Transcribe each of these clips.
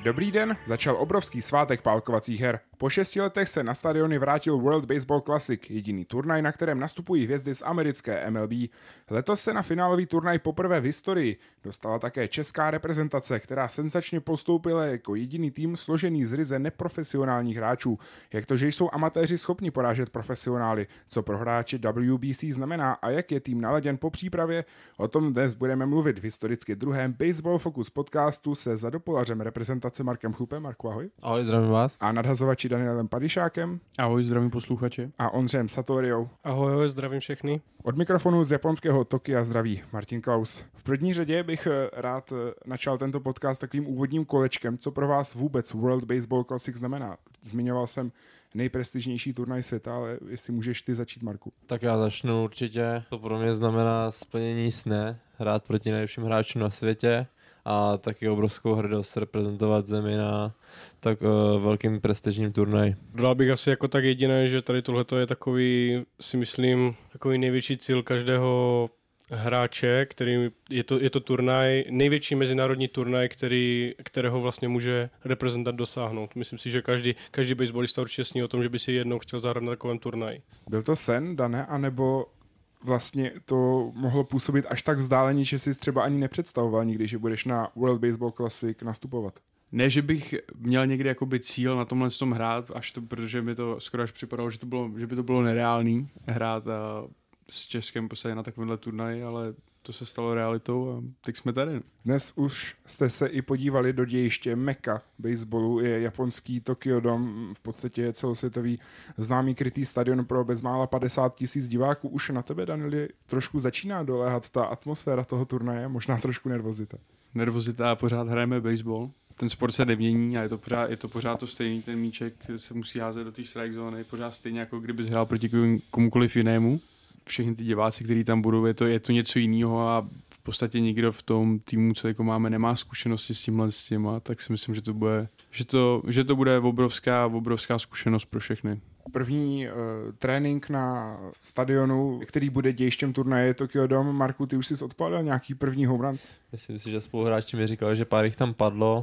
Dobrý den, začal obrovský svátek pálkovacích her. Po 6 letech se na stadiony vrátil World Baseball Classic, jediný turnaj, na kterém nastupují hvězdy z americké MLB. Letos se na finálový turnaj poprvé v historii dostala také česká reprezentace, která senzačně postoupila jako jediný tým složený z ryze neprofesionálních hráčů. Jak to, že jsou amatéři schopni porážet profesionály, co pro hráče WBC znamená a jak je tým naladěn po přípravě, o tom dnes budeme mluvit v historicky druhém Baseball Focus podcastu se zadopolařem reprezentace Markem Chlupem. Marku, ahoj. Ahoj, zdravím vás. A nadhazovači Danielem Padišákem. Ahoj, zdravím posluchače. A Ondřejem Satoriou. Ahoj, zdravím všechny. Od mikrofonu z japonského Tokia zdraví Martin Klaus. V první řadě bych rád načal tento podcast takovým úvodním kolečkem, co pro vás vůbec World Baseball Classic znamená. Zmiňoval jsem nejprestižnější turnaj světa, ale jestli můžeš ty začít, Marku. Tak já začnu určitě. To pro mě znamená splnění sne, hrát proti nejlepším hráčům na světě a taky obrovskou hrdost reprezentovat zemi na tak velkým prestižním turnaji. Dodal bych asi jako tak jediné, že tady tohleto je takový, si myslím, takový největší cíl každého hráče, který je to turnaj, největší mezinárodní turnaj, kterého vlastně může reprezentant dosáhnout. Myslím si, že každý baseballista určitě sní o tom, že by si jednou chtěl zahrát na takovém turnaji. Byl to sen, Dane, anebo vlastně to mohlo působit až tak vzdáleně, že jsi třeba ani nepředstavoval nikdy, že budeš na World Baseball Classic nastupovat? Ne, že bych měl někdy jakoby cíl na tomhle tom hrát, protože mi to skoro až připadalo, že by to bylo nereálný hrát s Českem prostě na takovémhle turnaji, ale to se stalo realitou a teď jsme tady. Dnes už jste se i podívali do dějiště Meka baseballu, je japonský Tokyo Dome, v podstatě je celosvětový známý krytý stadion pro bezmála 50 000 diváků. Už na tebe, Danieli, trošku začíná doléhat ta atmosféra toho turnaje, možná trošku nervozita. Nervozita a pořád hrajeme baseball. Ten sport se nemění a je to pořád to stejný, ten míček se musí házet do té strike zóny, pořád stejně jako kdybys hrál proti komukoliv jinému. Všechny ty diváci, kteří tam budou, je to něco jiného a v podstatě nikdo v tom týmu, co jako máme, nemá zkušenosti s tímhle s těma, tak si myslím, že to bude obrovská zkušenost pro všechny. První trénink na stadionu, který bude dějištěm turnaje Tokyo Dome. Marku, ty už jsi odpálil nějaký první home run? Myslím si, že spoluhráči mi říkali, že pár jich tam padlo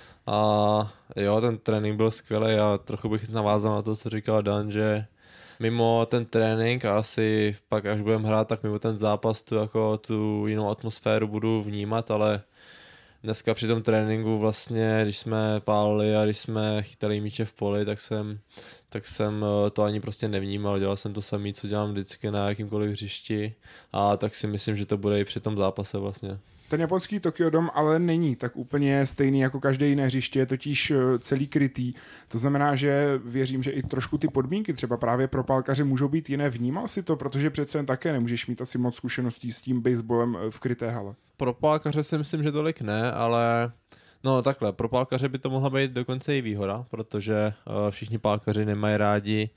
a jo, ten trénink byl skvělý a trochu bych navázal na to, co říkal Dan, že mimo ten trénink a asi pak, až budeme hrát, tak mimo ten zápas tu jinou atmosféru budu vnímat, ale dneska při tom tréninku vlastně, když jsme pálili a když jsme chytali míče v poli, tak jsem to ani prostě nevnímal, dělal jsem to samé, co dělám vždycky na jakýmkoliv hřišti a tak si myslím, že to bude i při tom zápase vlastně. Ten japonský Tokyo Dome ale není tak úplně stejný jako každé jiné hřiště, je totiž celý krytý. To znamená, že věřím, že i trošku ty podmínky třeba právě pro pálkaře můžou být jiné. Vnímal si to, protože přece jen také nemůžeš mít asi moc zkušeností s tím baseballem v kryté hale. Pro pálkaře si myslím, že tolik ne, ale no takhle, pro pálkaře by to mohla být dokonce i výhoda, protože všichni pálkaři nemají rádi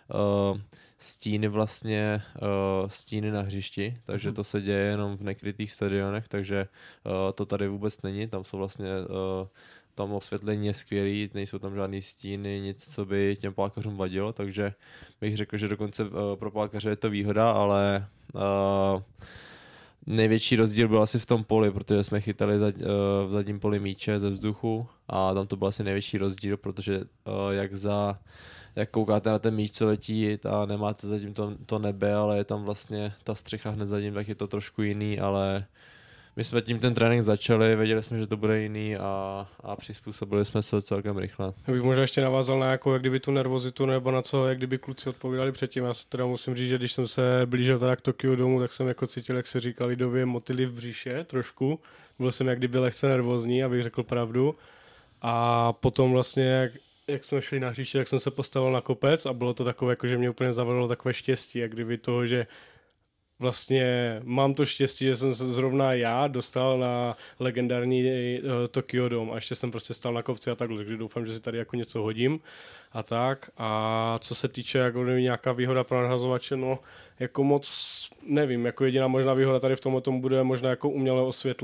stíny na hřišti, takže to se děje jenom v nekrytých stadionech, takže to tady vůbec není, tam jsou vlastně tam osvětlení je skvělý, nejsou tam žádný stíny, nic, co by těm pálkařům vadilo, takže bych řekl, že dokonce pro pálkaře je to výhoda, ale největší rozdíl byl asi v tom poli, protože jsme chytali v zadním poli míče ze vzduchu a tam to byl asi největší rozdíl, protože jak koukáte na ten míč, co letí a nemáte zatím to nebe, ale je tam vlastně ta střecha hned zatím, tak je to trošku jiný, ale my jsme tím ten trénink začali, věděli jsme, že to bude jiný a přizpůsobili jsme se celkem rychle. Já bych možná ještě navázal na jak kdyby tu nervozitu nebo na co, jak kdyby kluci odpovídali předtím. Já se teda musím říct, že když jsem se blížil teda k Tokyo Domu, tak jsem jako cítil, jak se říkal lidově, motily v břiše trošku. Byl jsem jak kdyby lehce nervózní, abych řekl pravdu. A potom vlastně, jak jsme šli na hřiště, tak jsem se postavil na kopec a bylo to takové, jako, že mě úplně zavedlo takové štěstí, jak kdyby toho, že vlastně mám to štěstí, že jsem se zrovna já dostal na legendární Tokyo Dome a ještě jsem prostě stál na kopci a takhle, takže doufám, že si tady jako něco hodím a tak. A co se týče jako nějaká výhoda pro nadhazovače, no jako moc nevím, jako jediná možná výhoda tady v tomhle tomu bude možná jako umělé osvětlení.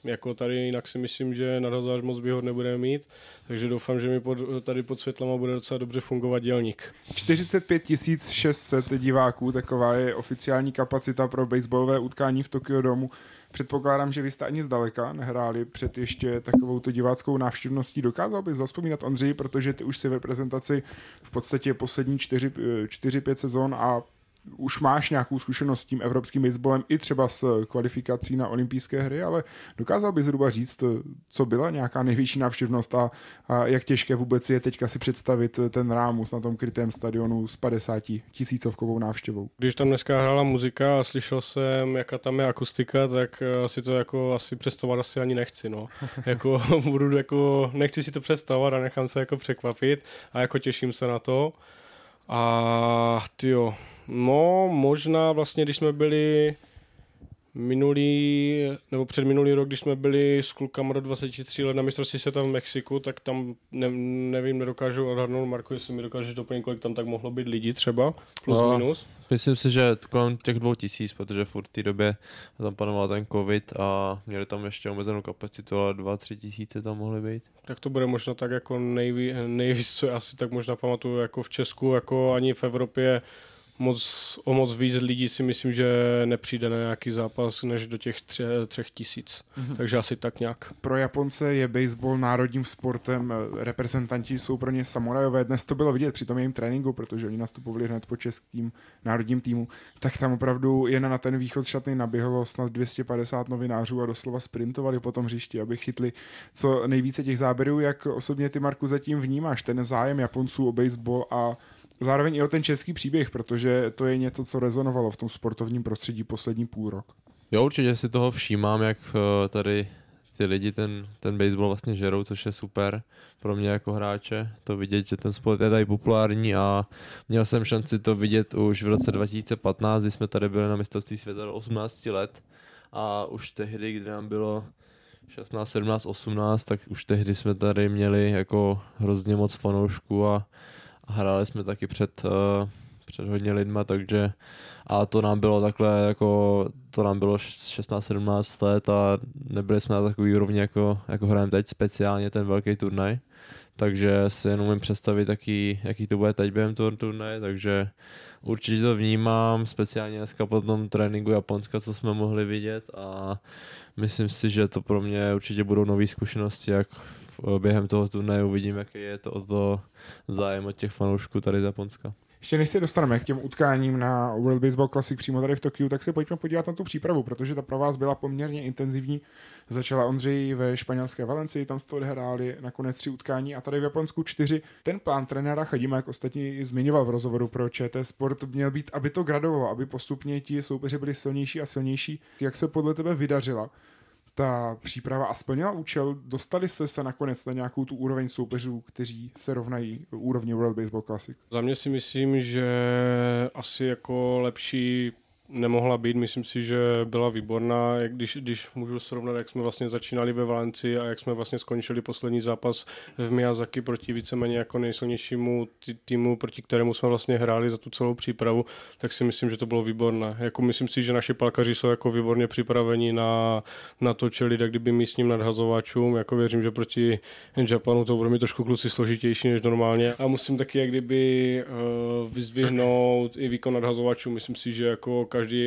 Jako tady jinak si myslím, že nadhazovač moc výhod nebudeme mít, takže doufám, že mi tady pod světlama bude docela dobře fungovat dělník. 45 600 diváků, taková je oficiální kapacita pro baseballové utkání v Tokyo Domu. Předpokládám, že vy jste ani zdaleka nehráli před ještě takovou diváckou návštěvností. Dokázal bys zazpomínat, Ondřej, protože ty už si v reprezentaci v podstatě poslední 4-5 sezon a už máš nějakou zkušenost s tím evropským baseballem i třeba s kvalifikací na olympijské hry, ale dokázal bys zhruba říct, co byla nějaká největší návštěvnost a jak těžké vůbec je teďka si představit ten Rámus na tom krytém stadionu s 50 000 návštěvou. Když tam dneska hrála muzika a slyšel jsem, jaká tam je akustika, tak si to jako asi představovat asi ani nechci, no. Nechci si to představovat a nechám se jako překvapit a jako těším se na to. A tyjo, no možná vlastně, když jsme byli předminulý rok, když jsme s klukama do 23 let na mistrovství světa v Mexiku, tak tam nedokážu odhadnout, Marku, jestli mi dokážeš doplnit, kolik tam tak mohlo být lidí třeba, plus minus. Myslím si, že kolem těch 2000, protože furt v té době tam panoval ten covid a měli tam ještě omezenou kapacitu, ale 2-3 tisíce tam mohly být. Tak to bude možná tak jako nejvíc, co já si tak možná pamatuju jako v Česku, jako ani v Evropě. Moc víc lidí si myslím, že nepřijde na nějaký zápas než do těch 3000. Takže asi tak nějak. Pro Japonce je baseball národním sportem, reprezentanti jsou pro ně samurajové. Dnes to bylo vidět při tom jejím tréninku, protože oni nastupovali hned po českým národním týmu. Tak tam opravdu jen na ten východ šatny naběhlo snad 250 novinářů a doslova sprintovali po tom hřišti, aby chytli co nejvíce těch záběrů. Jak osobně ty, Marku, zatím vnímáš ten zájem Japonců o baseball a zároveň i o ten český příběh, protože to je něco, co rezonovalo v tom sportovním prostředí poslední půl rok. Jo, určitě si toho všímám, jak tady ty lidi ten baseball vlastně žerou, což je super pro mě jako hráče. To vidět, že ten sport je tady populární a měl jsem šanci to vidět už v roce 2015, kdy jsme tady byli na mistrovství světa do 18 let a už tehdy, kdy nám bylo 16, 17, 18, tak už tehdy jsme tady měli jako hrozně moc fanoušků a hráli jsme taky před hodně lidma, takže a to nám bylo takhle jako, to nám bylo 16-17 let a nebyli jsme na takový úrovni jako hrajeme teď speciálně ten velký turnaj, takže si jen umím představit, jaký to bude teď během toho turnaje, takže určitě to vnímám, speciálně dneska po tom tréninku Japonska, co jsme mohli vidět a myslím si, že to pro mě určitě budou nové zkušenosti, jak během toho turnaje uvidím, jaký je to zájem od těch fanoušků tady z Japonska. Ještě než se dostaneme k těm utkáním na World Baseball Classic přímo tady v Tokiu, tak se pojďme podívat na tu přípravu, protože ta pro vás byla poměrně intenzivní. Začala, Ondřej, ve španělské Valencii, tam jste odehráli nakonec 3 utkání a tady v Japonsku 4. Ten plán trenéra Chadima, jak ostatně zmiňoval v rozhovoru pro ČT Sport, měl být, aby to gradovalo, aby postupně ti soupeři byli silnější a silnější. Jak se podle tebe vydařila ta příprava a splnila účel? Dostali jste se nakonec na nějakou tu úroveň soupeřů, kteří se rovnají úrovni World Baseball Classic? Za mě si myslím, že asi jako lepší nemohla být, myslím si, že byla výborná, když můžu srovnat, jak jsme vlastně začínali ve Valencii a jak jsme vlastně skončili poslední zápas v Miyazaki proti víceméně jako nejsilnějšímu týmu, proti kterému jsme vlastně hráli za tu celou přípravu, tak si myslím, že to bylo výborné. Jako myslím si, že naši palkaři jsou jako výborně připraveni na to čelit, jak kdyby místním nadhazovačům, jako věřím, že proti Japanu to bude mít trošku kluci složitější než normálně a musím taky jak kdyby vyzdvihnout i výkon nadhazovačů, myslím si, že jako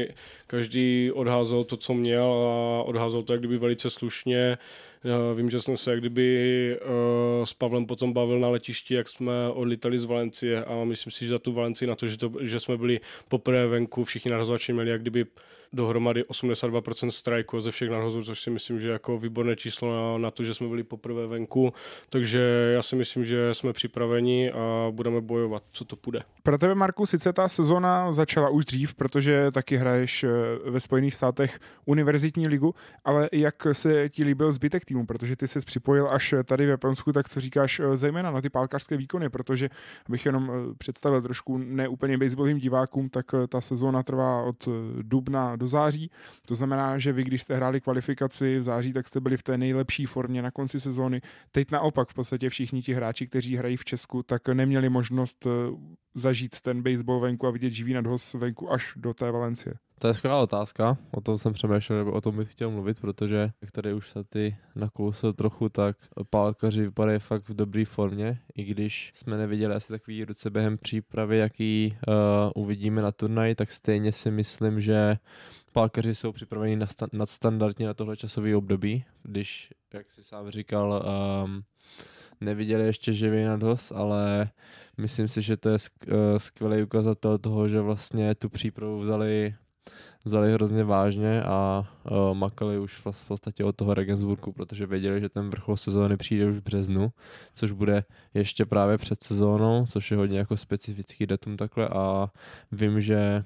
každý odházel to, co měl a odházel to jak kdyby velice slušně. Vím, že jsem se jak kdyby s Pavlem potom bavil na letišti, jak jsme odlítali z Valencie a myslím si, že za tu Valencii na to, že jsme byli poprvé venku, všichni nadhazovači měli jak kdyby dohromady 82% strajku ze všech nadhazů, což si myslím, že jako výborné číslo na to, že jsme byli poprvé venku, takže já si myslím, že jsme připraveni a budeme bojovat, co to půjde. Pro tebe, Marku, sice ta sezona začala už dřív, protože taky hraješ ve Spojených státech univerzitní ligu, ale jak se ti líbil zbytek týmu, protože ty jsi připojil až tady v Japonsku, tak co říkáš zejména na ty pálkařské výkony, protože abych jenom představil trošku neúplně baseballovým divákům, tak ta sezóna trvá od dubna do září. To znamená, že vy, když jste hráli kvalifikaci v září, tak jste byli v té nejlepší formě na konci sezóny. Teď naopak v podstatě všichni ti hráči, kteří hrají v Česku, tak neměli možnost zažít ten baseball venku a vidět živý nadhoz venku až do té Valencie? To je skvělá otázka, o tom jsem přemýšlel, nebo o tom bych chtěl mluvit, protože jak tady už se ty nakousil trochu, tak pálkaři vypadají fakt v dobré formě, i když jsme neviděli asi takový ruce během přípravy, jaký uvidíme na turnaji, tak stejně si myslím, že pálkaři jsou připraveni nadstandardně na tohle časové období, když, jak jsi sám říkal, neviděli ještě živý nadhoz, ale myslím si, že to je skvělý ukazatel toho, že vlastně tu přípravu vzali hrozně vážně a makali už v podstatě od toho Regensburgu, protože věděli, že ten vrchol sezóny přijde už v březnu, což bude ještě právě před sezónou, což je hodně jako specifický datum takhle a vím, že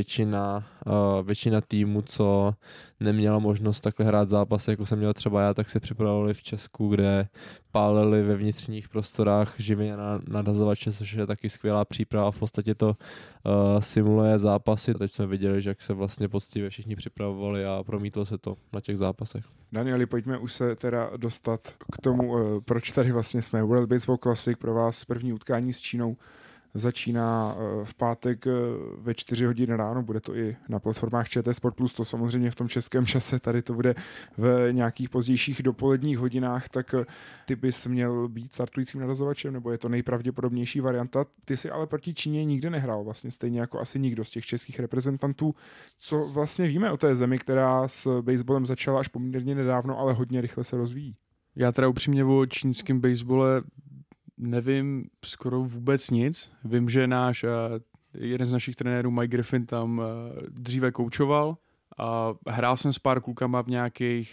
většina týmů, co neměla možnost takhle hrát zápasy, jako jsem měl třeba já, tak se připravovali v Česku, kde pálili ve vnitřních prostorách živě nadhazovače, což je taky skvělá příprava. V podstatě to simuluje zápasy. Teď jsme viděli, že jak se vlastně poctivě všichni připravovali a promítlo se to na těch zápasech. Danieli, pojďme už se teda dostat k tomu, proč tady vlastně jsme. World Baseball Classic pro vás první utkání s Čínou začíná v pátek ve 4 hodiny ráno, bude to i na platformách ČT Sport+, to samozřejmě v tom českém čase, tady to bude v nějakých pozdějších dopoledních hodinách, tak ty bys měl být startujícím nadhazovačem, nebo je to nejpravděpodobnější varianta. Ty si ale proti Číně nikdy nehrál, vlastně stejně jako asi nikdo z těch českých reprezentantů. Co vlastně víme o té zemi, která s baseballem začala až poměrně nedávno, ale hodně rychle se rozvíjí? Já teda upřímně o čínském basebole nevím skoro vůbec nic. Vím, že jeden z našich trenérů, Mike Griffin, tam dříve koučoval a hrál jsem s pár klukama v nějakých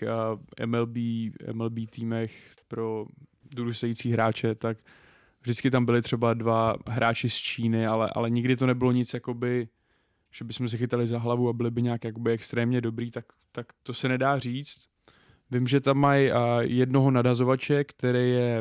MLB týmech pro dorůstající hráče, tak vždycky tam byli třeba 2 hráči z Číny, ale nikdy to nebylo nic, jakoby, že bychom se chytali za hlavu a byli by nějak jakoby extrémně dobrý, tak to se nedá říct. Vím, že tam mají jednoho nadhazovače, který je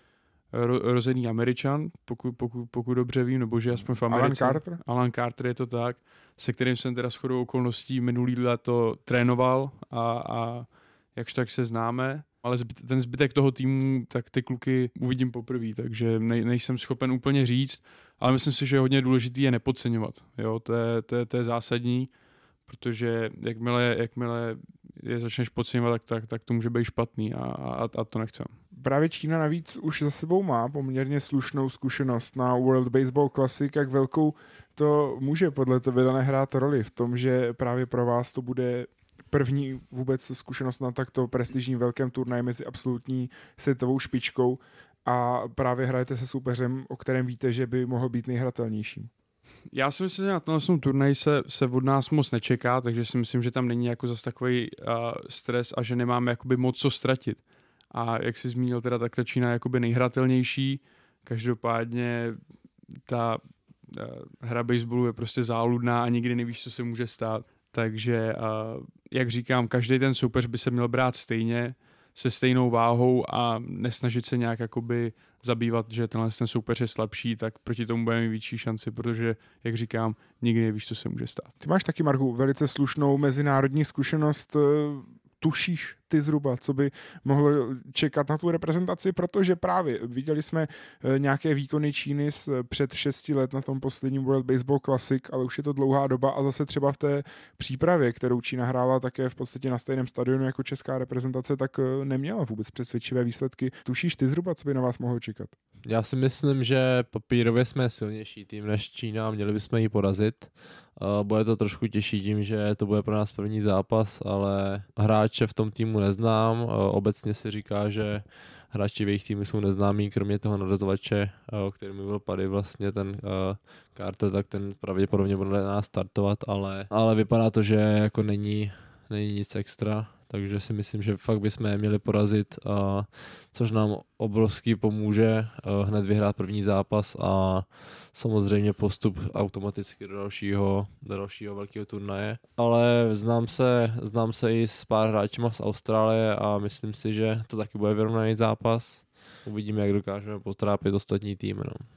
rozený Američan, pokud dobře vím, nebo že aspoň v Americe. Alan Carter je to tak, se kterým jsem teda shodou okolností minulý léto trénoval a jakž tak se známe, ale ten zbytek toho týmu, tak ty kluky uvidím poprvé, takže nejsem schopen úplně říct, ale myslím si, že hodně důležitý je nepodceňovat. Jo? To je zásadní, protože jakmile je začneš podceňovat, tak to může být špatný a to nechcem. Právě Čína navíc už za sebou má poměrně slušnou zkušenost na World Baseball Classic. Jak velkou to může podle tebe dané hrát roli v tom, že právě pro vás to bude první vůbec zkušenost na takto prestižním velkém turnaji mezi absolutní světovou špičkou a právě hrajete se soupeřem, o kterém víte, že by mohl být nejhratelnějším? Já si myslím, že na tomhle turnaji se od nás moc nečeká, takže si myslím, že tam není jako zase takový stres a že nemáme jakoby moc co ztratit. A jak jsi zmínil, teda tak ta Čína je jakoby nejhratelnější. Každopádně ta hra baseballu je prostě záludná a nikdy nevíš, co se může stát. Takže, jak říkám, každý ten soupeř by se měl brát stejně, se stejnou váhou a nesnažit se nějak jakoby zabývat, že ten soupeř je slabší, tak proti tomu budeme mít větší šanci, protože, jak říkám, nikdy nevíš, co se může stát. Ty máš taky, Marku, velice slušnou mezinárodní zkušenost. Tušíš ty zhruba, co by mohlo čekat na tu reprezentaci, protože právě viděli jsme nějaké výkony Číny před 6 let na tom posledním World Baseball Classic, ale už je to dlouhá doba a zase třeba v té přípravě, kterou Čína hrála také v podstatě na stejném stadionu jako česká reprezentace, tak neměla vůbec přesvědčivé výsledky. Tušíš ty zhruba, co by na vás mohlo čekat? Já si myslím, že papírově jsme silnější tým než Čína a měli bychom ji porazit. Bude to trošku těžší tím, že to bude pro nás první zápas, ale hráče v tom týmu neznám. Obecně se říká, že hráči v jejich týmu jsou neznámí, kromě toho nadhazovače, o kterém byl Paddy vlastně ten Carter, tak ten pravděpodobně bude na nás startovat, ale vypadá to, že jako není nic extra. Takže si myslím, že fakt bychom je měli porazit, což nám obrovský pomůže hned vyhrát první zápas a samozřejmě postup automaticky do dalšího velkého turnaje. Ale znám se i s pár hráčima z Austrálie a myslím si, že to taky bude vyrovnaný zápas. Uvidíme, jak dokážeme potrápit ostatní týmy. No.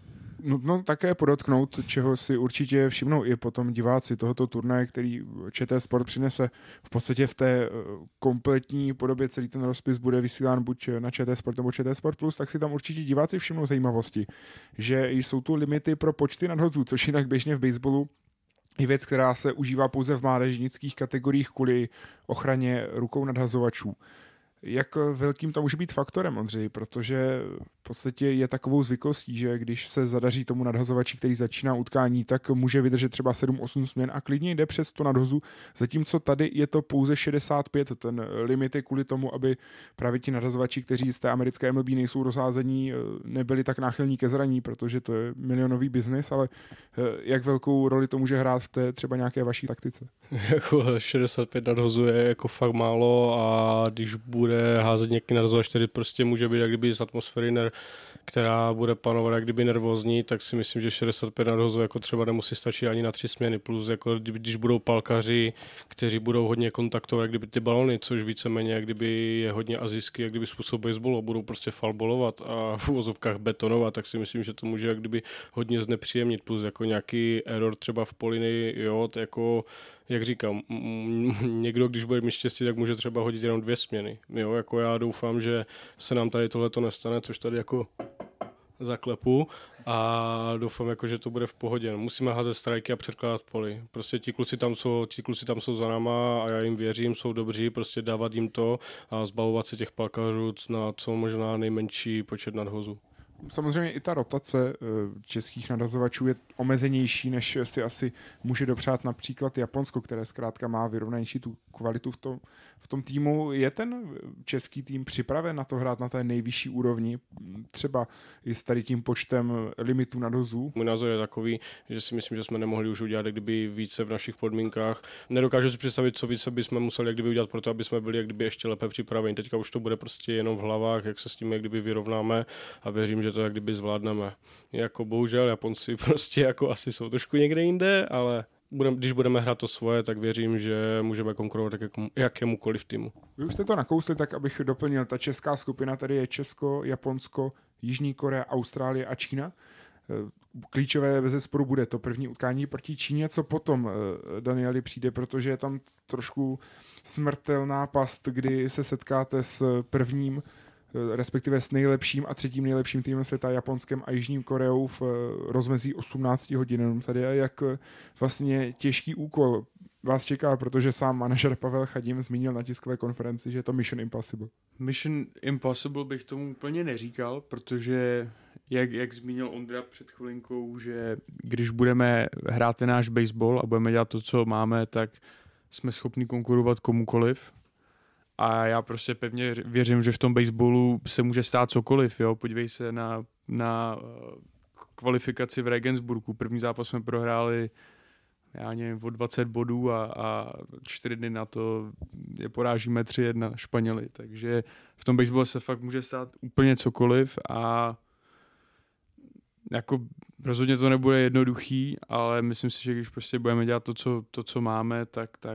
Nutno také podotknout, čeho si určitě všimnou i potom diváci tohoto turnaje, který ČT Sport přinese v podstatě v té kompletní podobě. Celý ten rozpis bude vysílán buď na ČT Sport nebo ČT Sport Plus, tak si tam určitě diváci všimnou zajímavosti, že jsou tu limity pro počty nadhozů, což jinak běžně v baseballu je věc, která se užívá pouze v mládežnických kategoriích kvůli ochraně rukou nadhazovačů. Jak velkým to může být faktorem, Ondřej? Protože v podstatě je takovou zvyklostí, že když se zadaří tomu nadhazovači, který začíná utkání, tak může vydržet třeba 7-8 směn a klidně jde přes tu nadhozu, zatímco tady je to pouze 65. Ten limit je kvůli tomu, aby právě ti nadhazovači, kteří z té americké MLB nejsou rozházení, nebyli tak náchylní ke zraní, protože to je milionový biznis, ale jak velkou roli to může hrát v té třeba nějaké vaší taktice? Jako 65 nadhozů je jako fakt málo a když bude házet něký nadhozovač, který prostě může být jak kdyby z atmosféry, která bude panovat jak kdyby nervózní, tak si myslím, že 65 nadhozů jako třeba nemusí stačit ani na 3 směny, plus jako když budou palkaři, kteří budou hodně kontaktovat jak kdyby ty balony, což víceméně jak kdyby je hodně asijský, jak kdyby způsob baseballu, budou prostě falbolovat a v uvozovkách betonovat, tak si myslím, že to může jak kdyby hodně znepříjemnit, plus jako nějaký error třeba v polinii, jo, to jako jak říkám, někdo, když bude mít štěstí, tak může třeba hodit jenom 2 směny. Jo, jako já doufám, že se nám tady tohleto nestane, což tady jako zaklepu a doufám, jako, že to bude v pohodě. Musíme házet strajky a předkládat poli. Prostě ti kluci tam jsou za náma a já jim věřím, jsou dobří, prostě dávat jim to a zbavovat se těch palkařů na co možná nejmenší počet nadhozů. Samozřejmě i ta rotace českých nadhazovačů je omezenější, než si asi může dopřát například Japonsko, které zkrátka má vyrovnanější tu kvalitu v tom týmu. Je ten český tým připraven na to hrát na té nejvyšší úrovni, třeba i s tady tím počtem limitů nadhozů? Můj názor je takový, že si myslím, že jsme nemohli už udělat jak kdyby více v našich podmínkách. Nedokážu si představit, co více bychom museli jak kdyby udělat pro to, aby jsme byli jak kdyby ještě lépe připraveni. Teďka už to bude prostě jenom v hlavách, jak se s tím jak kdyby vyrovnáme a věřím, že to jak kdyby zvládneme. Jako bohužel Japonci prostě jako asi jsou trošku někde jinde, ale když budeme hrát to svoje, tak věřím, že můžeme konkurovat jakémukoliv týmu. Vy už jste to nakousli, tak abych doplnil. Ta česká skupina tady je Česko, Japonsko, Jižní Korea, Austrálie a Čína. Klíčové bezesporu bude to první utkání proti Číně, co potom, Danieli, přijde, protože je tam trošku smrtelná past, kdy se setkáte s prvním, respektive s nejlepším a třetím nejlepším týmem světa, Japonskem a Jižním Koreou v rozmezí 18 hodin. Tady je jak vlastně těžký úkol vás čeká, protože sám manažer Pavel Chadim zmínil na tiskové konferenci, že je to Mission Impossible. Mission Impossible bych tomu úplně neříkal, protože jak zmínil Ondra před chvilinkou, že když budeme hrát ten náš baseball a budeme dělat to, co máme, tak jsme schopni konkurovat komukoliv. A já prostě pevně věřím, že v tom baseballu se může stát cokoliv. Jo? Podívej se na kvalifikaci v Regensburgu. První zápas jsme prohráli já nevím, o 20 bodů a 4 dny na to je porážíme 3-1 Španěli. Takže v tom baseballu se fakt může stát úplně cokoliv a jako rozhodně to nebude jednoduchý, ale myslím si, že když prostě budeme dělat to, co máme,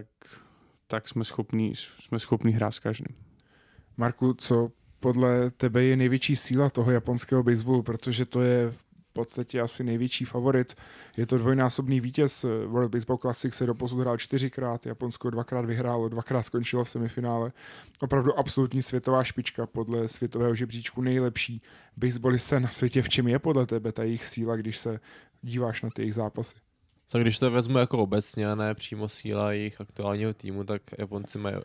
tak jsme schopní hrát s každým. Marku, co podle tebe je největší síla toho japonského baseballu, protože to je v podstatě asi největší favorit. Je to dvojnásobný vítěz. World Baseball Classic se doposud hrál 4krát, Japonsko 2krát vyhrálo, 2krát skončilo v semifinále. Opravdu absolutní světová špička, podle světového žebříčku nejlepší baseballista na světě. V čem je podle tebe ta jejich síla, když se díváš na ty jejich zápasy? Tak když to vezmu jako obecně a ne přímo síla jejich aktuálního týmu, tak Japonci mají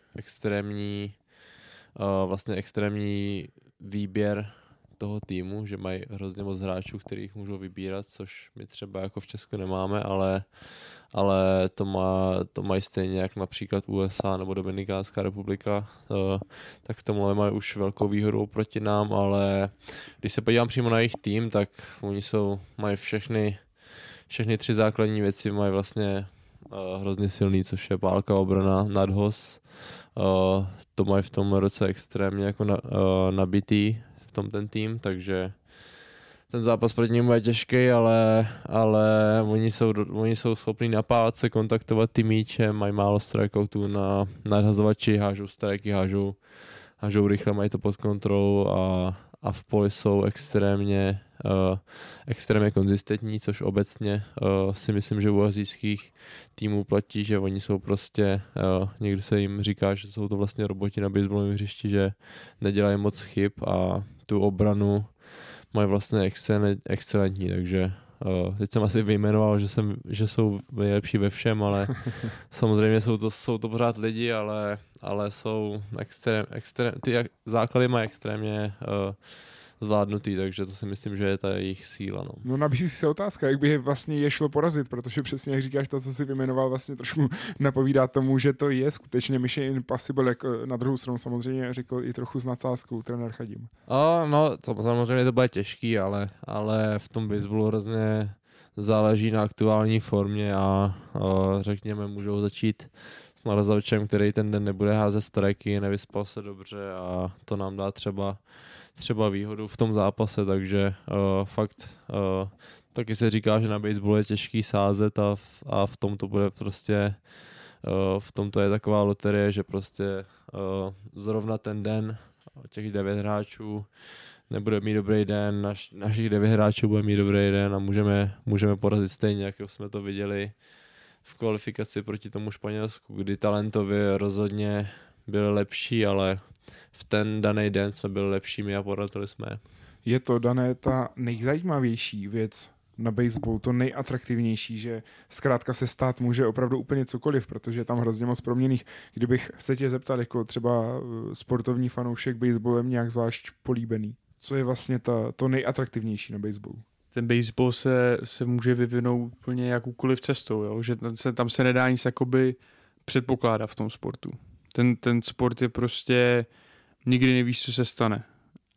extrémní výběr toho týmu, že mají hrozně moc hráčů, kterých můžou vybírat, což my třeba jako v Česku nemáme, ale to mají stejně jak například USA nebo Dominikánská republika, tak v tomhle mají už velkou výhodu proti nám, ale když se podívám přímo na jejich tým, tak oni mají všechny 3 základní věci mají vlastně hrozně silný, což je pálka, obrana, nadhoz. To mají v tom roce extrémně jako nabitý v tom ten tým, takže ten zápas proti němu je těžký, ale oni jsou schopní napádat se, kontaktovat ty míče, mají málo strikeoutů na nadhazovači, hážou strajky, hážou rychle, mají to pod kontrolou a v poli jsou extrémně konzistentní, což obecně si myslím, že u asijských týmů platí, že oni jsou prostě, někdy se jim říká, že jsou to vlastně roboti na baseballovém hřišti, že nedělají moc chyb a tu obranu mají vlastně excelentní, takže teď jsem asi vyjmenoval, že jsou nejlepší ve všem, ale samozřejmě jsou to pořád lidi, ale jsou ty základy mají extrémně zvládnutý, takže to si myslím, že je ta jejich síla. No nabízí se otázka, jak by vlastně je šlo porazit, protože přesně jak říkáš, to, co jsi vyjmenoval, vlastně trošku napovídá tomu, že to je skutečně Mission Impossible, jak na druhou stranu samozřejmě řekl i trochu s nadsázkou trenér Chadim. No, samozřejmě to bude těžký, ale v tom baseballu hrozně záleží na aktuální formě a řekněme, můžou začít s narazovačem, který ten den nebude házet strajky, nevyspal se dobře a to nám dá třeba výhodu v tom zápase, takže fakt taky se říká, že na baseballu je těžký sázet a v tom to bude prostě v tom to je taková loterie, že prostě zrovna ten den těch 9 hráčů nebude mít dobrý den, našich 9 hráčů bude mít dobrý den a můžeme porazit stejně, jako jsme to viděli v kvalifikaci proti tomu Španělsku, kdy talentově rozhodně byli lepší, ale v ten daný den jsme byli lepšími a porazili jsme. Je to, Dané, ta nejzajímavější věc na baseball, to nejatraktivnější, že zkrátka se stát může opravdu úplně cokoliv, protože je tam hrozně moc proměnných. Kdybych se tě zeptal jako třeba sportovní fanoušek baseballem nějak zvlášť políbený, co je vlastně to nejatraktivnější na baseballu? Ten baseball se může vyvinout úplně jakoukoliv cestou, jo? Že tam se nedá nic jakoby předpokládat v tom sportu. Ten sport je prostě, nikdy nevíš, co se stane.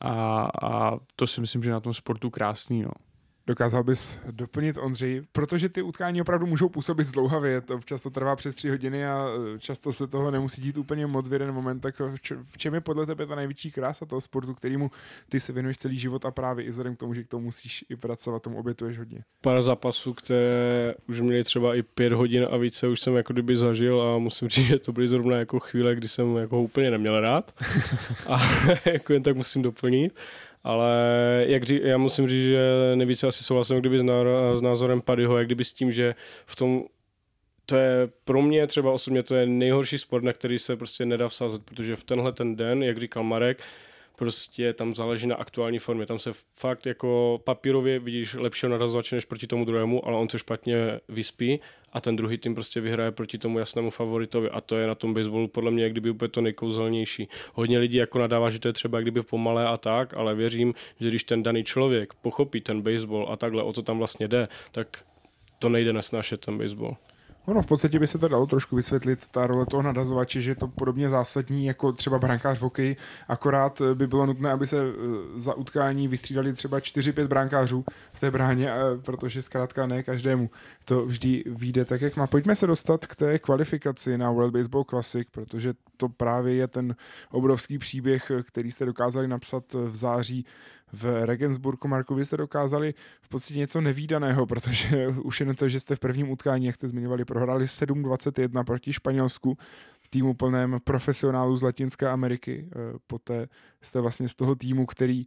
A to si myslím, že na tom sportu krásný, no. Dokázal bys doplnit, Ondřej, protože ty utkání opravdu můžou působit zdlouhavě, to často trvá přes 3 hodiny a často se toho nemusí dít úplně moc v jeden moment, tak v čem je podle tebe ta největší krása toho sportu, kterému ty se věnuješ celý život a právě i vzhledem k tomu, že k tomu musíš i pracovat, tomu obětuješ hodně? Pár zápasů, které už měly třeba i 5 hodin a více, už jsem jako kdyby zažil a musím říct, že to byly zrovna jako chvíle, kdy jsem jako úplně neměl rád a jako jen tak musím doplnit. Ale já musím říct, že nejvíce asi souhlasím kdyby s názorem Paddyho, jak kdyby s tím, že v tom to je pro mě třeba osobně to je nejhorší sport, na který se prostě nedá vsázet, protože v tenhle ten den, jak říkal Marek, prostě tam záleží na aktuální formě. Tam se fakt jako papírově vidíš lepšího narazovače než proti tomu druhému, ale on se špatně vyspí a ten druhý tým prostě vyhraje proti tomu jasnému favoritovi a to je na tom baseballu podle mě jak kdyby úplně to nejkouzelnější. Hodně lidí jako nadává, že to je třeba jak kdyby pomalé a tak, ale věřím, že když ten daný člověk pochopí ten baseball a takhle, o to tam vlastně jde, tak to nejde nesnášet ten baseball. Ono v podstatě by se to dalo trošku vysvětlit, ta role toho nadazovače, že je to podobně zásadní jako třeba brankář v hokeji, akorát by bylo nutné, aby se za utkání vystřídali třeba 4-5 brankářů v té bráně, protože zkrátka ne každému to vždy vyjde tak, jak má. Pojďme se dostat k té kvalifikaci na World Baseball Classic, protože to právě je ten obrovský příběh, který jste dokázali napsat v září v Regensburgu. Marku, vy jste dokázali v podstatě něco nevídaného, protože už jen to, že jste v prvním utkání, jak jste zmiňovali, prohráli 7-21 proti Španělsku, týmu plném profesionálů z Latinské Ameriky. Poté jste vlastně z toho týmu, který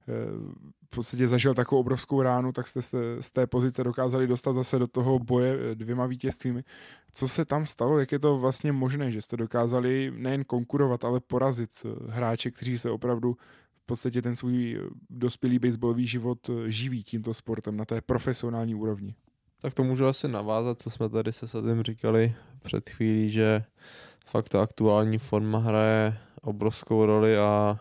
v podstatě zažil takovou obrovskou ránu, tak jste z té pozice dokázali dostat zase do toho boje 2 vítězstvími. Co se tam stalo? Jak je to vlastně možné, že jste dokázali nejen konkurovat, ale porazit hráče, kteří se opravdu v podstatě ten svůj dospělý baseballový život živí tímto sportem na té profesionální úrovni? Tak to můžu asi navázat, co jsme tady se Sadem říkali před chvílí, že fakt ta aktuální forma hraje obrovskou roli a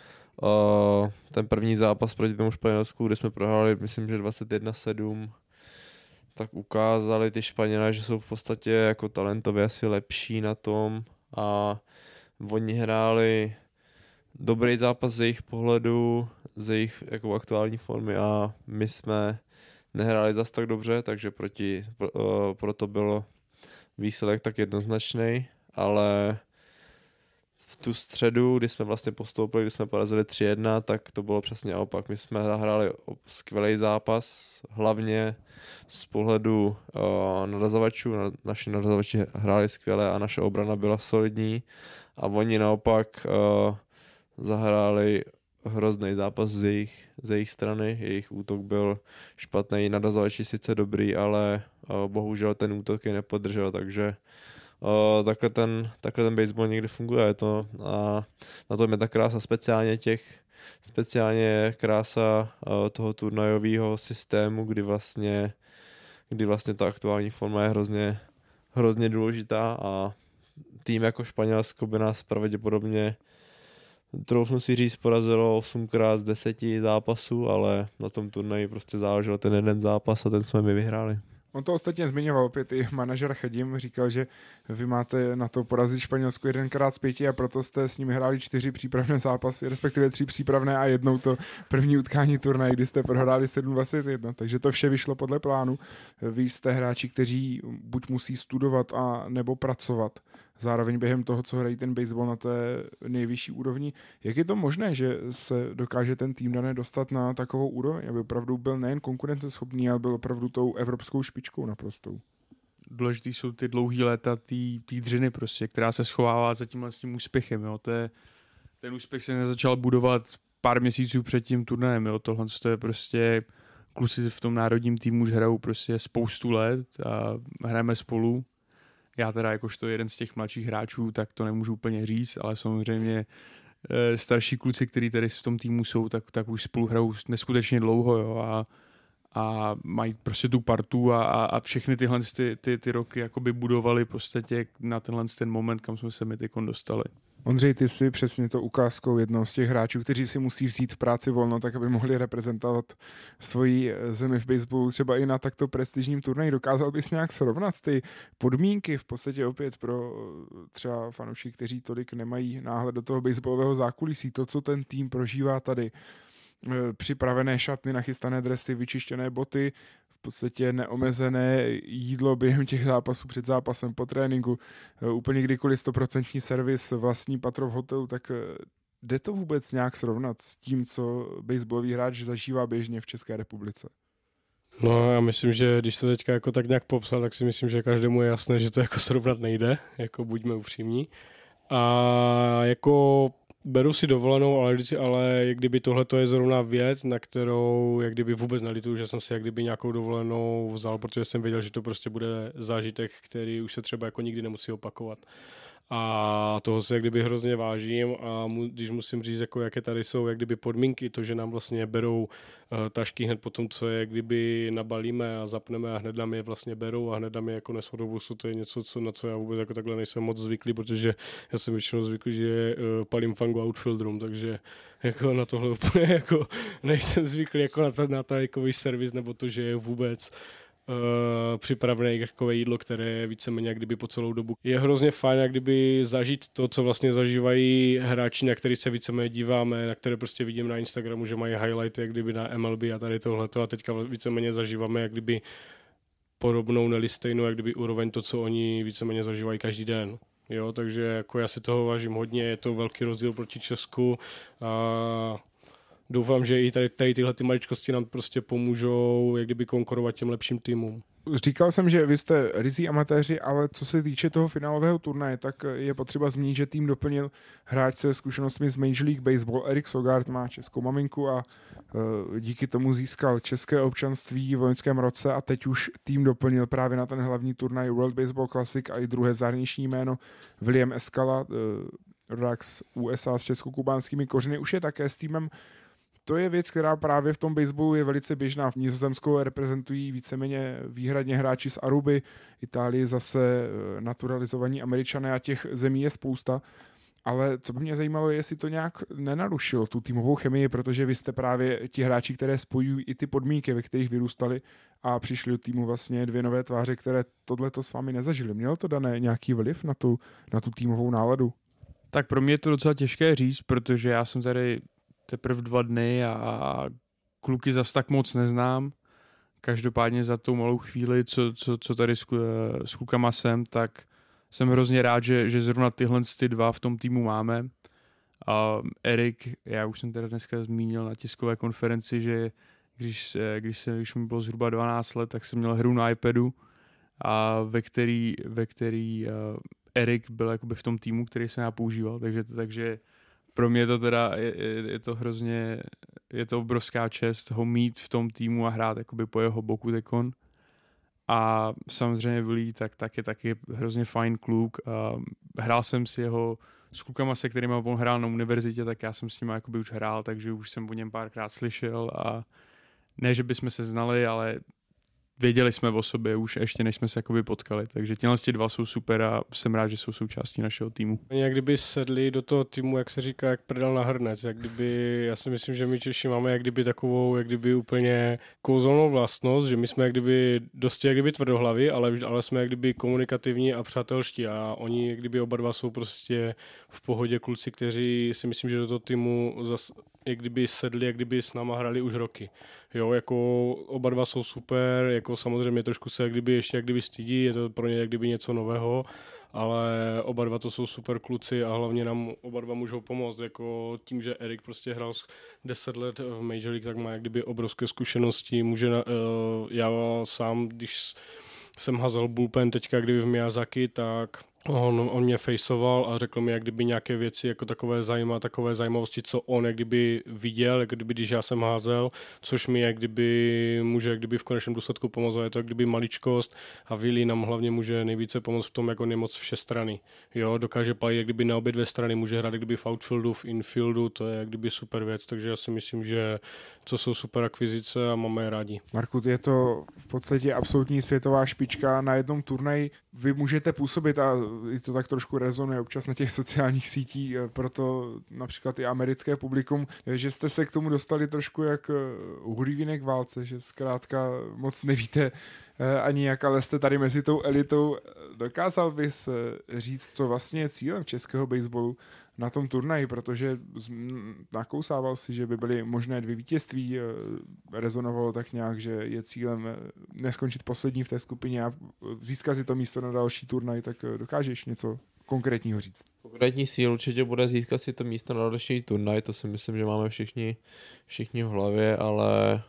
ten první zápas proti tomu Španělsku, kde jsme prohráli, myslím, že 21-7, tak ukázali ty Španělé, že jsou v podstatě jako talentově asi lepší na tom a oni hráli dobrý zápas z jejich pohledu, z jejich jako aktuální formy a my jsme nehráli zas tak dobře, takže proto byl výsledek tak jednoznačný, ale v tu středu, kdy jsme vlastně postoupili, kdy jsme porazili 3-1, tak to bylo přesně naopak. My jsme zahráli skvělý zápas, hlavně z pohledu narazovačů. Naši narazovači hráli skvěle a naše obrana byla solidní a oni naopak zahráli hrozný zápas z jejich strany. Jejich útok byl špatný, nadazovači sice dobrý, ale bohužel ten útok je nepodržel, takže takhle ten baseball někdy funguje. A na tom je ta krása speciálně krása toho turnajového systému, kdy vlastně ta aktuální forma je hrozně důležitá a tým jako Španělsko by nás pravděpodobně, troufnu si říct, porazilo 8x z 10 zápasů, ale na tom turnaji prostě záležel ten jeden zápas a ten jsme my vyhráli. On to ostatně zmiňoval opět i manažer Chedim, říkal, že vy máte na to porazit Španělsko 1x z 5 a proto jste s nimi hráli 4 přípravné zápasy, respektive 3 přípravné a jednou to první utkání turnaje, kdy jste prohráli 7-21, takže to vše vyšlo podle plánu. Vy jste hráči, kteří buď musí studovat a nebo pracovat zároveň během toho, co hrají ten baseball na té nejvyšší úrovni. Jak je to možné, že se dokáže ten tým dané dostat na takovou úroveň, aby opravdu byl nejen konkurenceschopný, ale byl opravdu tou evropskou špičkou naprostou? Důležitý jsou ty dlouhý léta té dřiny prostě, která se schovává za tímhle s tím úspěchem. Jo. Ten úspěch se nezačal budovat pár měsíců před tím turnajem. Jo. Tohle je prostě, kluci v tom národním týmu už hrajou prostě spoustu let a hrajeme spolu. Já teda jakožto jeden z těch mladších hráčů, tak to nemůžu úplně říct, ale samozřejmě starší kluci, kteří tady v tom týmu jsou, tak už spolu hrajou neskutečně dlouho, jo, a mají prostě tu partu a všechny tyhle ty roky jakoby budovali v podstatě na ten moment, kam jsme se my tykon dostali. Ondřej, ty jsi přesně to ukázkou jednoho z těch hráčů, kteří si musí vzít v práci volno, tak aby mohli reprezentovat svoji zemi v baseballu třeba i na takto prestižním turnaji. Dokázal bys nějak srovnat ty podmínky v podstatě opět pro třeba fanoušky, kteří tolik nemají náhled do toho baseballového zákulisí, to, co ten tým prožívá tady, připravené šatny, nachystané dresy, vyčištěné boty, v podstatě neomezené jídlo během těch zápasů, před zápasem, po tréninku, úplně kdykoliv 100% servis, vlastní patro v hotelu, tak jde to vůbec nějak srovnat s tím, co baseballový hráč zažívá běžně v České republice? No, já myslím, že když se teďka jako tak nějak popsal, tak si myslím, že každému je jasné, že to jako srovnat nejde, jako buďme upřímní. A jako beru si dovolenou, ale jak kdyby tohle je zrovna věc, na kterou jak kdyby vůbec nelituju, že jsem si jak kdyby nějakou dovolenou vzal, protože jsem věděl, že to prostě bude zážitek, který už se třeba jako nikdy nemusí opakovat. A toho se jak kdyby hrozně vážím a když musím říct, jako jaké tady jsou jak kdyby podmínky, to, že nám vlastně berou tašky hned po tom, co je jak kdyby nabalíme a zapneme a hned nám je vlastně berou a hned nám je jako nesou do busu, to je něco, na co já vůbec jako takhle nejsem moc zvyklý, protože já jsem většinou zvyklý, že palím fangu outfielderům, takže jako na tohle úplně jako nejsem zvyklý jako na takový servis nebo to, že je vůbec připravené takové jídlo, které je víceméně jak kdyby po celou dobu. Je hrozně fajn jak kdyby zažít to, co vlastně zažívají hráči, na který se víceméně díváme, na které prostě vidím na Instagramu, že mají highlighty jak kdyby na MLB a tady tohleto a teďka víceméně zažíváme jak kdyby podobnou, neli stejnou jak kdyby úroveň to, co oni víceméně zažívají každý den. Jo, takže jako já si toho vážím hodně, je to velký rozdíl proti Česku a doufám, že i tady tyhle ty maličkosti nám prostě pomůžou jak kdyby konkurovat těm lepším týmům. Říkal jsem, že vy jste ryzí amatéři, ale co se týče toho finálového turnaje, tak je potřeba zmínit, že tým doplnil hráč se zkušenostmi z Major League Baseball. Erik Sogard má českou maminku a díky tomu získal české občanství v loňském roce a teď už tým doplnil právě na ten hlavní turnaj World Baseball Classic a i druhé zahraniční jméno William Escala, rodák z USA s česko-kubánskými kořeny, už je také s týmem. To je věc, která právě v tom baseballu je velice běžná. V Nizozemsku reprezentují víceméně výhradně hráči z Aruby, Itálii zase naturalizovaní Američané a těch zemí je spousta. Ale co by mě zajímalo, je, jestli to nějak nenarušilo tu týmovou chemii, protože vy jste právě ti hráči, které spojují i ty podmínky, ve kterých vyrůstali a přišli do týmu vlastně dvě nové tváře, které tohleto s vámi nezažili. Mělo to dané nějaký vliv na tu týmovou náladu? Tak pro mě je to docela těžké říct, protože já jsem tady teprve 2 dny a kluky zas tak moc neznám. Každopádně za tou malou chvíli, co tady s klukama jsem, tak jsem hrozně rád, že zrovna tyhle dva v tom týmu máme. A Erik, já už jsem teda dneska zmínil na tiskové konferenci, že když mi bylo zhruba 12 let, tak jsem měl hru na iPadu, a ve který Erik byl jakoby v tom týmu, který jsem já používal, takže pro mě to teda je to hrozně, je to obrovská čest ho mít v tom týmu a hrát jakoby po jeho boku tekon. A samozřejmě Willy, tak je taky hrozně fajn kluk. Hrál jsem s klukama, se kterými on hrál na univerzitě, tak já jsem s nimi jakoby už hrál, takže už jsem o něm párkrát slyšel a ne, že bychom se znali, ale věděli jsme o sobě už ještě, než jsme se jakoby potkali. Takže těhle dva jsou super a jsem rád, že jsou součástí našeho týmu. Oni jak kdyby sedli do toho týmu, jak se říká, jak prdel na hrnec. Jak kdyby, já si myslím, že my Češi máme jak kdyby takovou, jak kdyby úplně kouzelnou vlastnost, že my jsme jak kdyby dosti jak kdyby tvrdohlaví, ale jsme jak kdyby komunikativní a přátelští a oni jak kdyby oba dva jsou prostě v pohodě kluci, kteří si myslím, že do toho týmu jak kdyby sedli, jak kdyby s náma hrali už roky. Jo, jako oba dva jsou super, jako samozřejmě trošku se jak kdyby ještě jak kdyby stydí, je to pro ně jak kdyby něco nového, ale oba dva to jsou super kluci a hlavně nám oba dva můžou pomoct, jako tím, že Erik prostě hrál 10 let v Major League, tak má jak kdyby obrovské zkušenosti, já sám, když jsem hazel bullpen teďka kdyby v Miyazaki, tak on mě faceoval a řekl mi jak kdyby nějaké věci jako takové zajímavosti, co on jak kdyby viděl, jak kdyby když já jsem házel, což mi jak kdyby může jak kdyby v konečném důsledku pomoct, je to jak kdyby maličkost a Willy nám hlavně může nejvíce pomoct v tom, jak on je moc všestranný. Jo, dokáže palit jak kdyby na obě dvě strany, může hrát jak kdyby v outfieldu, v infieldu, to je jak kdyby super věc, takže já si myslím, že to jsou super akvizice a máme je rádi. Marku, je to v podstatě absolutní světová špička na jednom turnaji. Vy můžete působit a i to tak trošku rezonuje občas na těch sociálních sítích, proto například i americké publikum, že jste se k tomu dostali trošku jak uhlívinek k válce, že zkrátka moc nevíte ani jak, ale jste tady mezi tou elitou. Dokázal bys říct, co vlastně je cílem českého baseballu na tom turnaji, protože nakousával si, že by byly možné 2 vítězství, rezonovalo tak nějak, že je cílem neskončit poslední v té skupině a získat si to místo na další turnaj, tak dokážeš něco konkrétního říct? Konkrétní cíl určitě bude získat si to místo na další turnaj, to si myslím, že máme všichni v hlavě, ale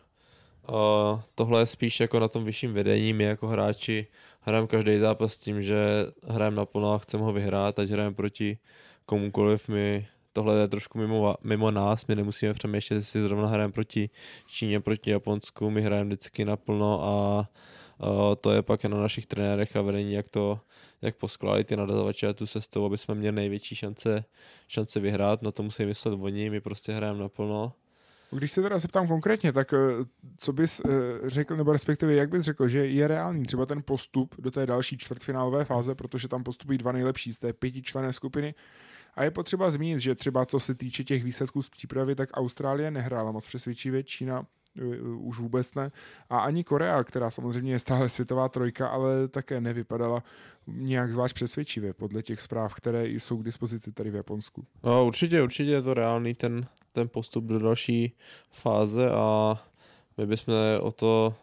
tohle je spíš jako na tom vyšším vedení. My jako hráči hrajeme každý zápas s tím, že hrajeme naplno a chceme ho vyhrát, ať hrajeme proti komukoliv. Tohle je trošku mimo nás, my nemusíme přemýšlet, jestli zrovna hrajeme proti Číně, proti Japonsku, my hrajeme vždycky naplno a to je pak na našich trenérech a vedení, jak poskládat ty nadavače a tu sestavu, aby jsme měli největší šance vyhrát. Na to musí myslet oni, my prostě hrajeme naplno. Když se teda zeptám konkrétně, tak co bys řekl, nebo respektive jak bys řekl, že je reálný třeba ten postup do té další čtvrtfinálové fáze, protože tam postupují 2 nejlepší z té 5členné skupiny. A je potřeba zmínit, že třeba co se týče těch výsledků z přípravy, tak Austrálie nehrála moc přesvědčivě, Čína už vůbec ne. A ani Korea, která samozřejmě je stále světová trojka, ale také nevypadala nějak zvlášť přesvědčivě podle těch zpráv, které jsou k dispozici tady v Japonsku. No, určitě je to reálný ten postup do další fáze a my bychom o to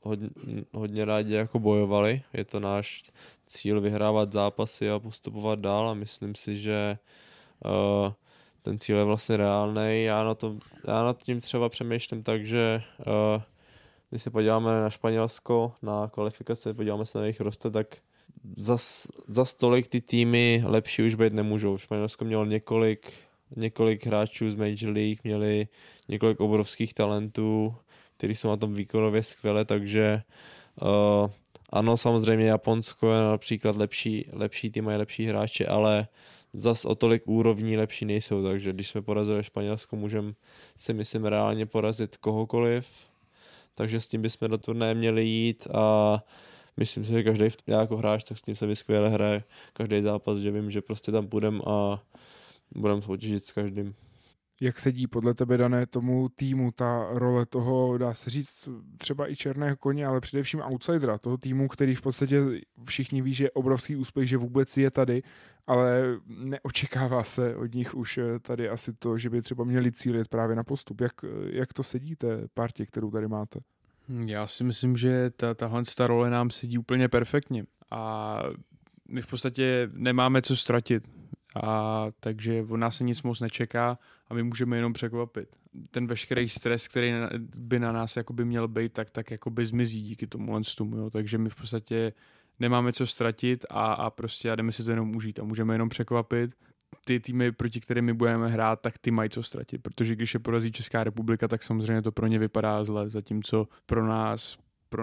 hodně rádi jako bojovali. Je to náš cíl vyhrávat zápasy a postupovat dál a myslím si, že ten cíl je vlastně reálný. Já nad tím třeba přemýšlím tak, že když se podíváme na Španělsko, na kvalifikace, podíváme se na jejich roster, tak za tolik ty týmy lepší už být nemůžou. Španělsko mělo několik hráčů z Major League, měli několik obrovských talentů, kteří jsou na tom výkonově skvěle, takže ano, samozřejmě Japonsko je například lepší tým, mají lepší hráče, ale zas o tolik úrovní lepší nejsou, takže když jsme porazili Španělsko, můžeme si myslím reálně porazit kohokoliv, takže s tím bychom do turnaje měli jít a myslím si, že každý jako hráč, tak s tím se mi skvěle hraje každý zápas, že vím, že prostě tam půjdem a budeme soutěžit s každým. Jak sedí podle tebe, Dané, tomu týmu ta role toho, dá se říct, třeba i černého koně, ale především outsidera, toho týmu, který v podstatě všichni ví, že je obrovský úspěch, že vůbec je tady, ale neočekává se od nich už tady asi to, že by třeba měli cílit právě na postup. Jak to sedí té partě, kterou tady máte? Já si myslím, že tahle role nám sedí úplně perfektně a my v podstatě nemáme co ztratit. A takže od nás se nic moc nečeká a my můžeme jenom překvapit. Ten veškerý stres, který by na nás jakoby měl být, tak jakoby zmizí díky tomu jo. Takže my v podstatě nemáme co ztratit a prostě jdeme si to jenom užít a můžeme jenom překvapit. ty týmy, proti kterým my budeme hrát, tak ty mají co ztratit, protože když je porazí Česká republika, tak samozřejmě to pro ně vypadá zle, zatímco pro nás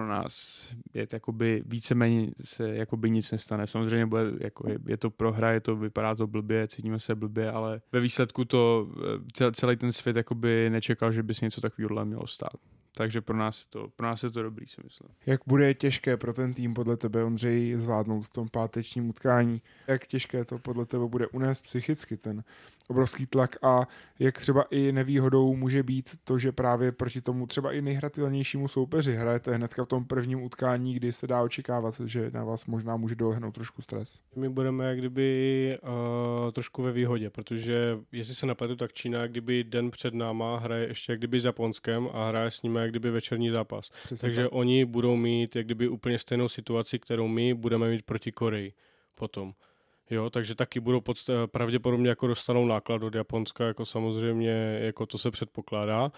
je to jakoby víceméně se jakoby nic nestane. Samozřejmě je to prohra, vypadá to blbě, cítíme se blbě, ale ve výsledku to celý ten svět jakoby nečekal, že by se něco takového mělo stát. Takže pro nás je to dobrý, si myslím. Jak bude těžké pro ten tým podle tebe, Ondřej, zvládnout v tom pátečním utkání? Jak těžké to podle tebe bude unést psychicky ten obrovský tlak a jak třeba i nevýhodou může být to, že právě proti tomu třeba i nejhratelnějšímu soupeři hrajete hnedka v tom prvním utkání, kdy se dá očekávat, že na vás možná může dolehnout trošku stres? My budeme jak kdyby trošku ve výhodě, protože jestli se napletu, tak Čína jak kdyby den před náma hraje ještě jak kdyby s Japonskem a hraje s nimi jak kdyby večerní zápas. Přesně Takže tak. oni budou mít jak kdyby úplně stejnou situaci, kterou my budeme mít proti Koreji potom. Jo, takže taky budou pravděpodobně jako dostanou náklad od Japonska, jako samozřejmě, jako to se předpokládá.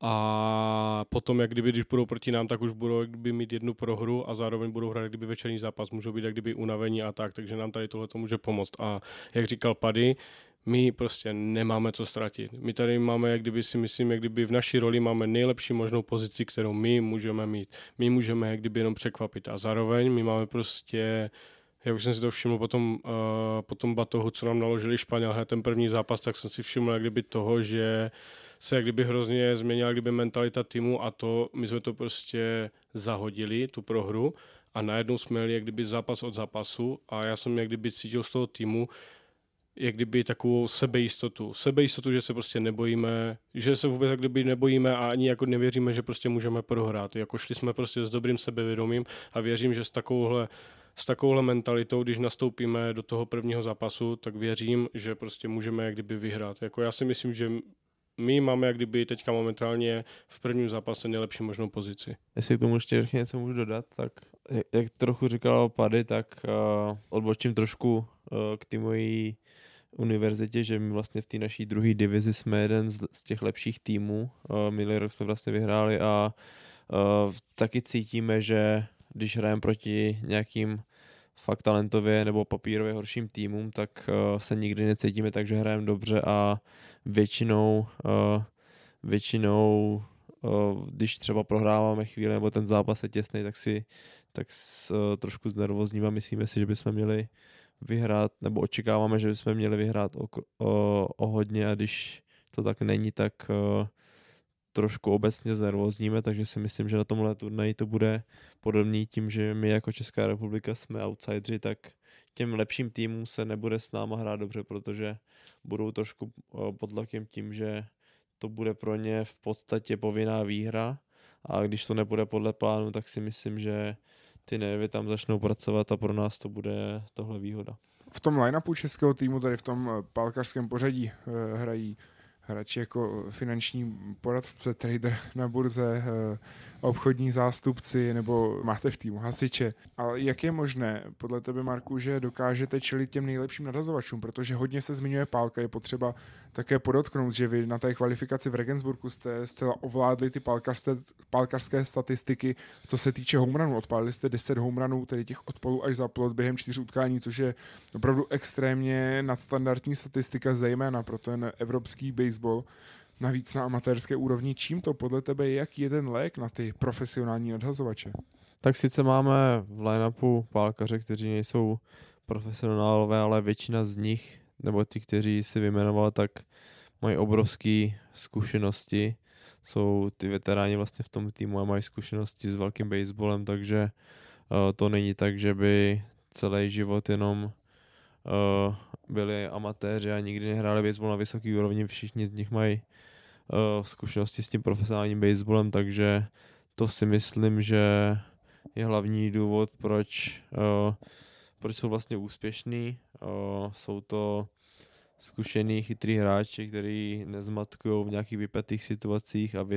A potom, jak kdyby, když budou proti nám, tak už budou jak kdyby mít jednu prohru a zároveň budou hrát jak kdyby večerní zápas, můžou být jak kdyby unavení a tak, takže nám tady tohle to může pomoct. A jak říkal Paddy, my prostě nemáme co ztratit. My tady máme, jak kdyby si myslím, jak kdyby v naší roli máme nejlepší možnou pozici, kterou my můžeme mít. My můžeme jak kdyby jenom překvapit a zároveň my máme prostě, jak už jsem si to všiml po tom batohu, co nám naložili Španěl, ten první zápas, tak jsem si všiml jak kdyby toho, že se jak kdyby hrozně změnila jak kdyby mentalita týmu a to, my jsme to prostě zahodili, tu prohru a najednou jsme měli jak kdyby zápas od zápasu a já jsem jak kdyby cítil z toho týmu jak kdyby takovou sebejistotu, že se prostě nebojíme, že se vůbec jak kdyby nebojíme a ani jako nevěříme, že prostě můžeme prohrát. Jako šli jsme prostě s dobrým sebevědomím a věřím, že s takovouhle mentalitou, když nastoupíme do toho prvního zápasu, tak věřím, že prostě můžeme jak kdyby vyhrát. Jako já si myslím, že my máme jak kdyby teďka momentálně v prvním zápase nejlepší možnou pozici. Jestli k tomu ještě něco můžu dodat, tak jak trochu říkal Paddy, tak odbočím trošku k té mojí univerzitě, že my vlastně v té naší druhé divizi jsme jeden z těch lepších týmů. Minulý rok jsme vlastně vyhráli a taky cítíme, že když hrajeme proti nějakým fakt talentově nebo papírově horším týmům, tak se nikdy necítíme tak, že hrajeme dobře a většinou když třeba prohráváme chvíli nebo ten zápas je těsný, tak trošku znervózním a myslíme si, že bychom měli vyhrát, nebo očekáváme, že bychom měli vyhrát o hodně a když to tak není, tak trošku obecně znervózníme, takže si myslím, že na tomhle turnaji to bude podobný tím, že my jako Česká republika jsme outsideri, tak těm lepším týmům se nebude s náma hrát dobře, protože budou trošku pod tlakem tím, že to bude pro ně v podstatě povinná výhra a když to nebude podle plánu, tak si myslím, že ty nervy tam začnou pracovat a pro nás to bude tohle výhoda. V tom line-upu českého týmu, tady v tom palkařském pořadí, hrají hráči jako finanční poradce, trader na burze, obchodní zástupci, nebo máte v týmu hasiče. Ale jak je možné, podle tebe, Marku, že dokážete čelit těm nejlepším nadhazovačům? Protože hodně se zmiňuje pálka, je potřeba také podotknout, že vy na té kvalifikaci v Regensburgu jste zcela ovládli ty pálkařské statistiky, co se týče homeranů. Odpálili jste 10 homeranů, tedy těch od polu až za plot během 4 utkání, což je opravdu extrémně nadstandardní statistika, zejména pro ten evropský baseball. Navíc na amatérské úrovni. Čím to podle tebe je, jaký je ten lék na ty profesionální nadhazovače? Tak sice máme v line-upu pálkaře, kteří nejsou profesionálové, ale většina z nich, nebo ti, kteří si vyjmenoval, tak mají obrovské zkušenosti. Jsou ty veteráni vlastně v tom týmu a mají zkušenosti s velkým baseballem, takže to není tak, že by celý život jenom byli amatéři a nikdy nehráli baseball na vysoký úrovni. Všichni z nich mají zkušenosti s tím profesionálním baseballem, takže to si myslím, že je hlavní důvod, proč jsou vlastně úspěšní. Jsou to zkušený, chytrý hráči, kteří nezmatkují v nějakých vypjatých situacích a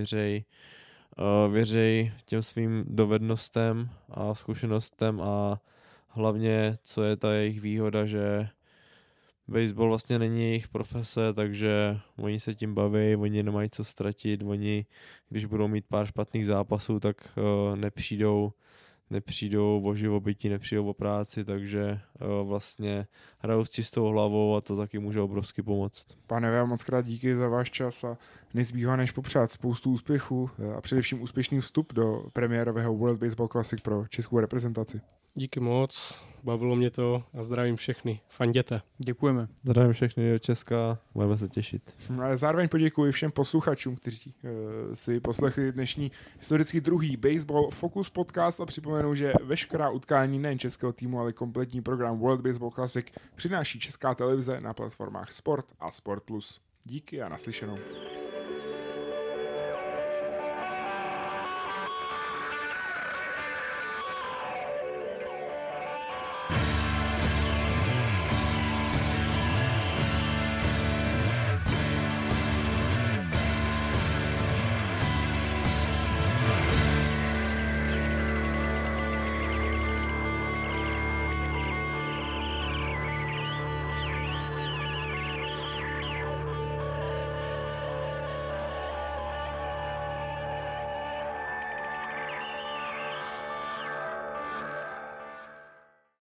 věřej těm svým dovednostem a zkušenostem a hlavně, co je ta jejich výhoda, že baseball vlastně není jejich profese, takže oni se tím baví, oni nemají co ztratit, oni, když budou mít pár špatných zápasů, tak nepřijdou o živobytí, nepřijdou o práci, takže vlastně hrajou s čistou hlavou a to taky může obrovsky pomoct. Pane Vea, moc krát díky za váš čas a nezbývá než popřát spoustu úspěchů a především úspěšný vstup do premiérového World Baseball Classic pro českou reprezentaci. Díky moc, bavilo mě to a zdravím všechny. Fanděte. Děkujeme. Zdravím všechny do Česka, budeme se těšit. Ale zároveň poděkuji všem posluchačům, kteří si poslechli dnešní historicky druhý Baseball Focus podcast a připomenu, že veškerá utkání nejen českého týmu, ale kompletní program World Baseball Classic přináší Česká televize na platformách Sport a Sport+. Díky a naslyšenou.